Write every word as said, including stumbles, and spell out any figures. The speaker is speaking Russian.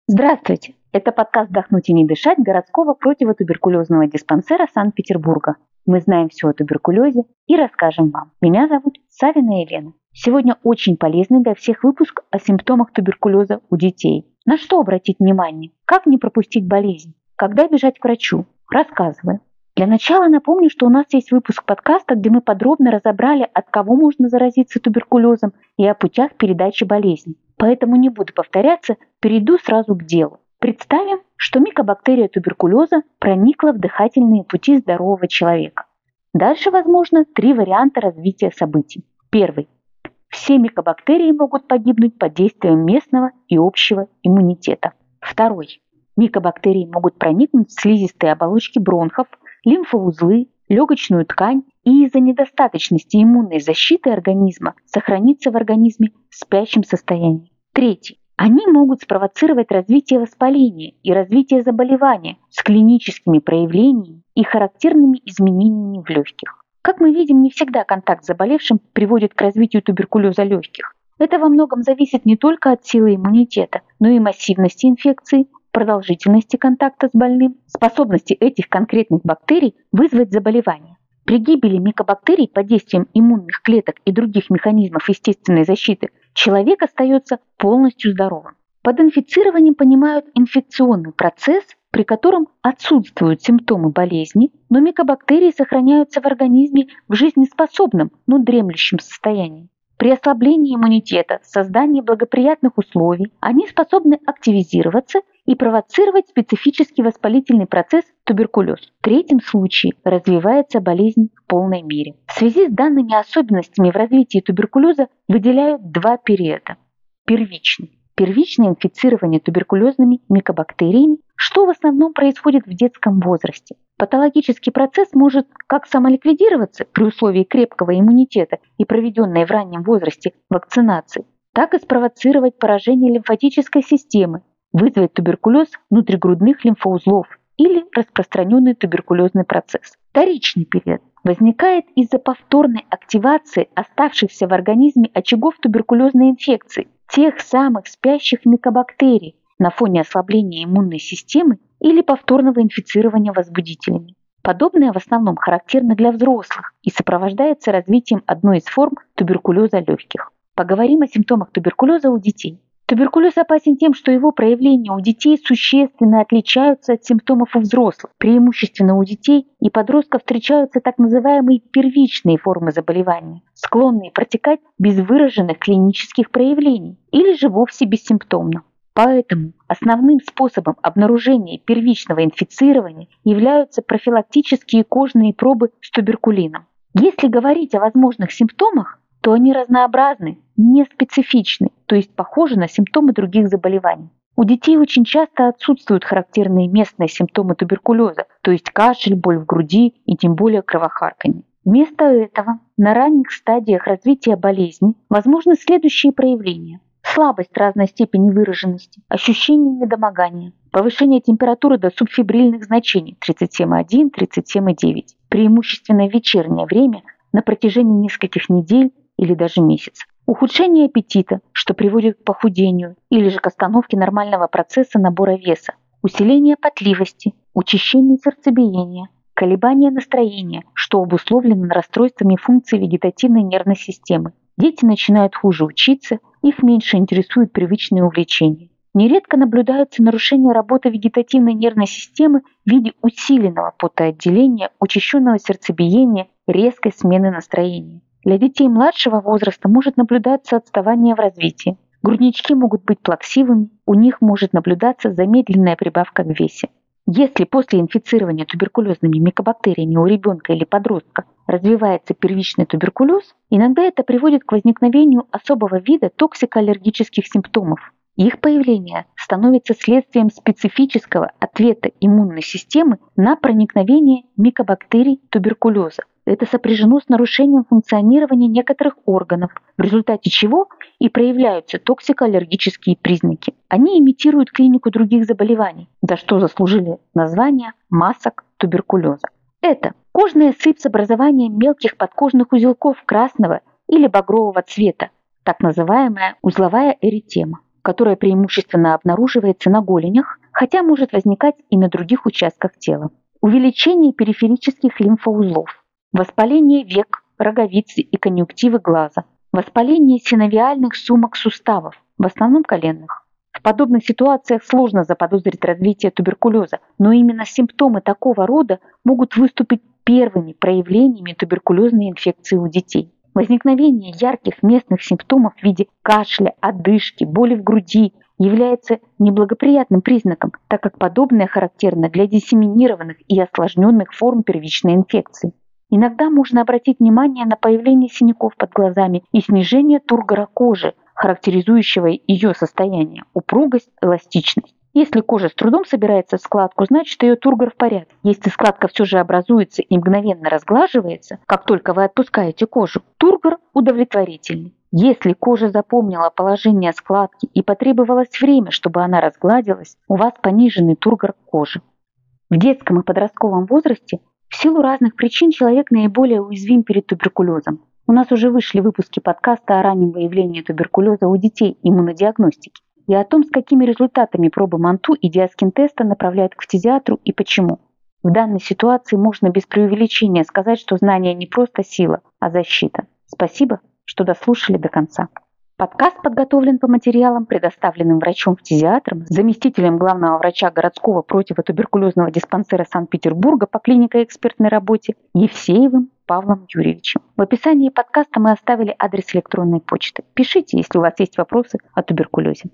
Здравствуйте! Это подкаст «Вдохнуть и не дышать» городского противотуберкулезного диспансера Санкт-Петербурга. Мы знаем все о туберкулезе и расскажем вам. Меня зовут Савина Елена. Сегодня очень полезный для всех выпуск о симптомах туберкулеза у детей. На что обратить внимание? Как не пропустить болезнь? Когда бежать к врачу? Рассказываю. Для начала напомню, что у нас есть выпуск подкаста, где мы подробно разобрали, от кого можно заразиться туберкулезом и о путях передачи болезни. Поэтому не буду повторяться, перейду сразу к делу. Представим, что микобактерия туберкулеза проникла в дыхательные пути здорового человека. Дальше возможно три варианта развития событий. Первый. Все микобактерии могут погибнуть под действием местного и общего иммунитета. Второй. Микобактерии могут проникнуть в слизистые оболочки бронхов, лимфоузлы, легочную ткань и из-за недостаточности иммунной защиты организма сохраниться в организме в спящем состоянии. Третий. Они могут спровоцировать развитие воспаления и развитие заболевания с клиническими проявлениями и характерными изменениями в легких. Как мы видим, не всегда контакт с заболевшим приводит к развитию туберкулеза легких. Это во многом зависит не только от силы иммунитета, но и массивности инфекции, продолжительности контакта с больным, способности этих конкретных бактерий вызвать заболевание. При гибели микобактерий под действием иммунных клеток и других механизмов естественной защиты человек остается полностью здоровым. Под инфицированием понимают инфекционный процесс, при котором отсутствуют симптомы болезни, но микобактерии сохраняются в организме в жизнеспособном, но дремлющем состоянии. При ослаблении иммунитета, создании благоприятных условий, они способны активизироваться и провоцировать специфический воспалительный процесс туберкулез. В третьем случае развивается болезнь в полной мере. В связи с данными особенностями в развитии туберкулеза выделяют два периода. Первичный. Первичное инфицирование туберкулезными микобактериями, что в основном происходит в детском возрасте. Патологический процесс может как самоликвидироваться при условии крепкого иммунитета и проведенной в раннем возрасте вакцинации, так и спровоцировать поражение лимфатической системы, вызвать туберкулез внутригрудных лимфоузлов или распространенный туберкулезный процесс. Вторичный период возникает из-за повторной активации оставшихся в организме очагов туберкулезной инфекции, тех самых спящих микобактерий на фоне ослабления иммунной системы или повторного инфицирования возбудителями. Подобное в основном характерно для взрослых и сопровождается развитием одной из форм туберкулеза легких. Поговорим о симптомах туберкулеза у детей. Туберкулез опасен тем, что его проявления у детей существенно отличаются от симптомов у взрослых. Преимущественно у детей и подростков встречаются так называемые первичные формы заболевания, склонные протекать без выраженных клинических проявлений или же вовсе бессимптомно. Поэтому основным способом обнаружения первичного инфицирования являются профилактические кожные пробы с туберкулином. Если говорить о возможных симптомах, то они разнообразны, не специфичны, то есть похожи на симптомы других заболеваний. У детей очень часто отсутствуют характерные местные симптомы туберкулеза, то есть кашель, боль в груди и тем более кровохарканье. Вместо этого на ранних стадиях развития болезни возможны следующие проявления. Слабость разной степени выраженности, ощущение недомогания, повышение температуры до субфебрильных значений тридцать семь и один - тридцать семь и девять, преимущественно в вечернее время на протяжении нескольких недель или даже месяцев. Ухудшение аппетита, что приводит к похудению или же к остановке нормального процесса набора веса. Усиление потливости, учащение сердцебиения, колебания настроения, что обусловлено расстройствами функций вегетативной нервной системы. Дети начинают хуже учиться, их меньше интересуют привычные увлечения. Нередко наблюдаются нарушения работы вегетативной нервной системы в виде усиленного потоотделения, учащенного сердцебиения, резкой смены настроения. Для детей младшего возраста может наблюдаться отставание в развитии. Груднички могут быть плаксивыми, у них может наблюдаться замедленная прибавка в весе. Если после инфицирования туберкулезными микобактериями у ребенка или подростка развивается первичный туберкулез, иногда это приводит к возникновению особого вида токсикоаллергических симптомов. Их появление становится следствием специфического ответа иммунной системы на проникновение микобактерий туберкулеза. Это сопряжено с нарушением функционирования некоторых органов, в результате чего и проявляются токсикоаллергические признаки. Они имитируют клинику других заболеваний, за что заслужили название масок туберкулеза. Это кожная сыпь с образованием мелких подкожных узелков красного или багрового цвета, так называемая узловая эритема. которая преимущественно обнаруживается на голенях, хотя может возникать и на других участках тела. Увеличение периферических лимфоузлов, воспаление век, роговицы и конъюнктивы глаза, воспаление синовиальных сумок суставов, в основном коленных. В подобных ситуациях сложно заподозрить развитие туберкулеза, но именно симптомы такого рода могут выступить первыми проявлениями туберкулезной инфекции у детей. Возникновение ярких местных симптомов в виде кашля, одышки, боли в груди является неблагоприятным признаком, так как подобное характерно для диссеминированных и осложненных форм первичной инфекции. Иногда можно обратить внимание на появление синяков под глазами и снижение тургора кожи, характеризующего ее состояние – упругость, эластичность. Если кожа с трудом собирается в складку, значит ее тургор в порядке. Если складка все же образуется и мгновенно разглаживается, как только вы отпускаете кожу, тургор удовлетворительный. Если кожа запомнила положение складки и потребовалось время, чтобы она разгладилась, у вас пониженный тургор кожи. В детском и подростковом возрасте в силу разных причин человек наиболее уязвим перед туберкулезом. У нас уже вышли выпуски подкаста о раннем выявлении туберкулеза у детей иммунодиагностики и о том, с какими результатами пробы МАНТУ и диаскин-теста направляют к фтизиатру и почему. В данной ситуации можно без преувеличения сказать, что знание не просто сила, а защита. Спасибо, что дослушали до конца. Подкаст подготовлен по материалам, предоставленным врачом-фтизиатром, заместителем главного врача городского противотуберкулезного диспансера Санкт-Петербурга по клинико-экспертной работе Евсеевым Павлом Юрьевичем. В описании подкаста мы оставили адрес электронной почты. Пишите, если у вас есть вопросы о туберкулезе.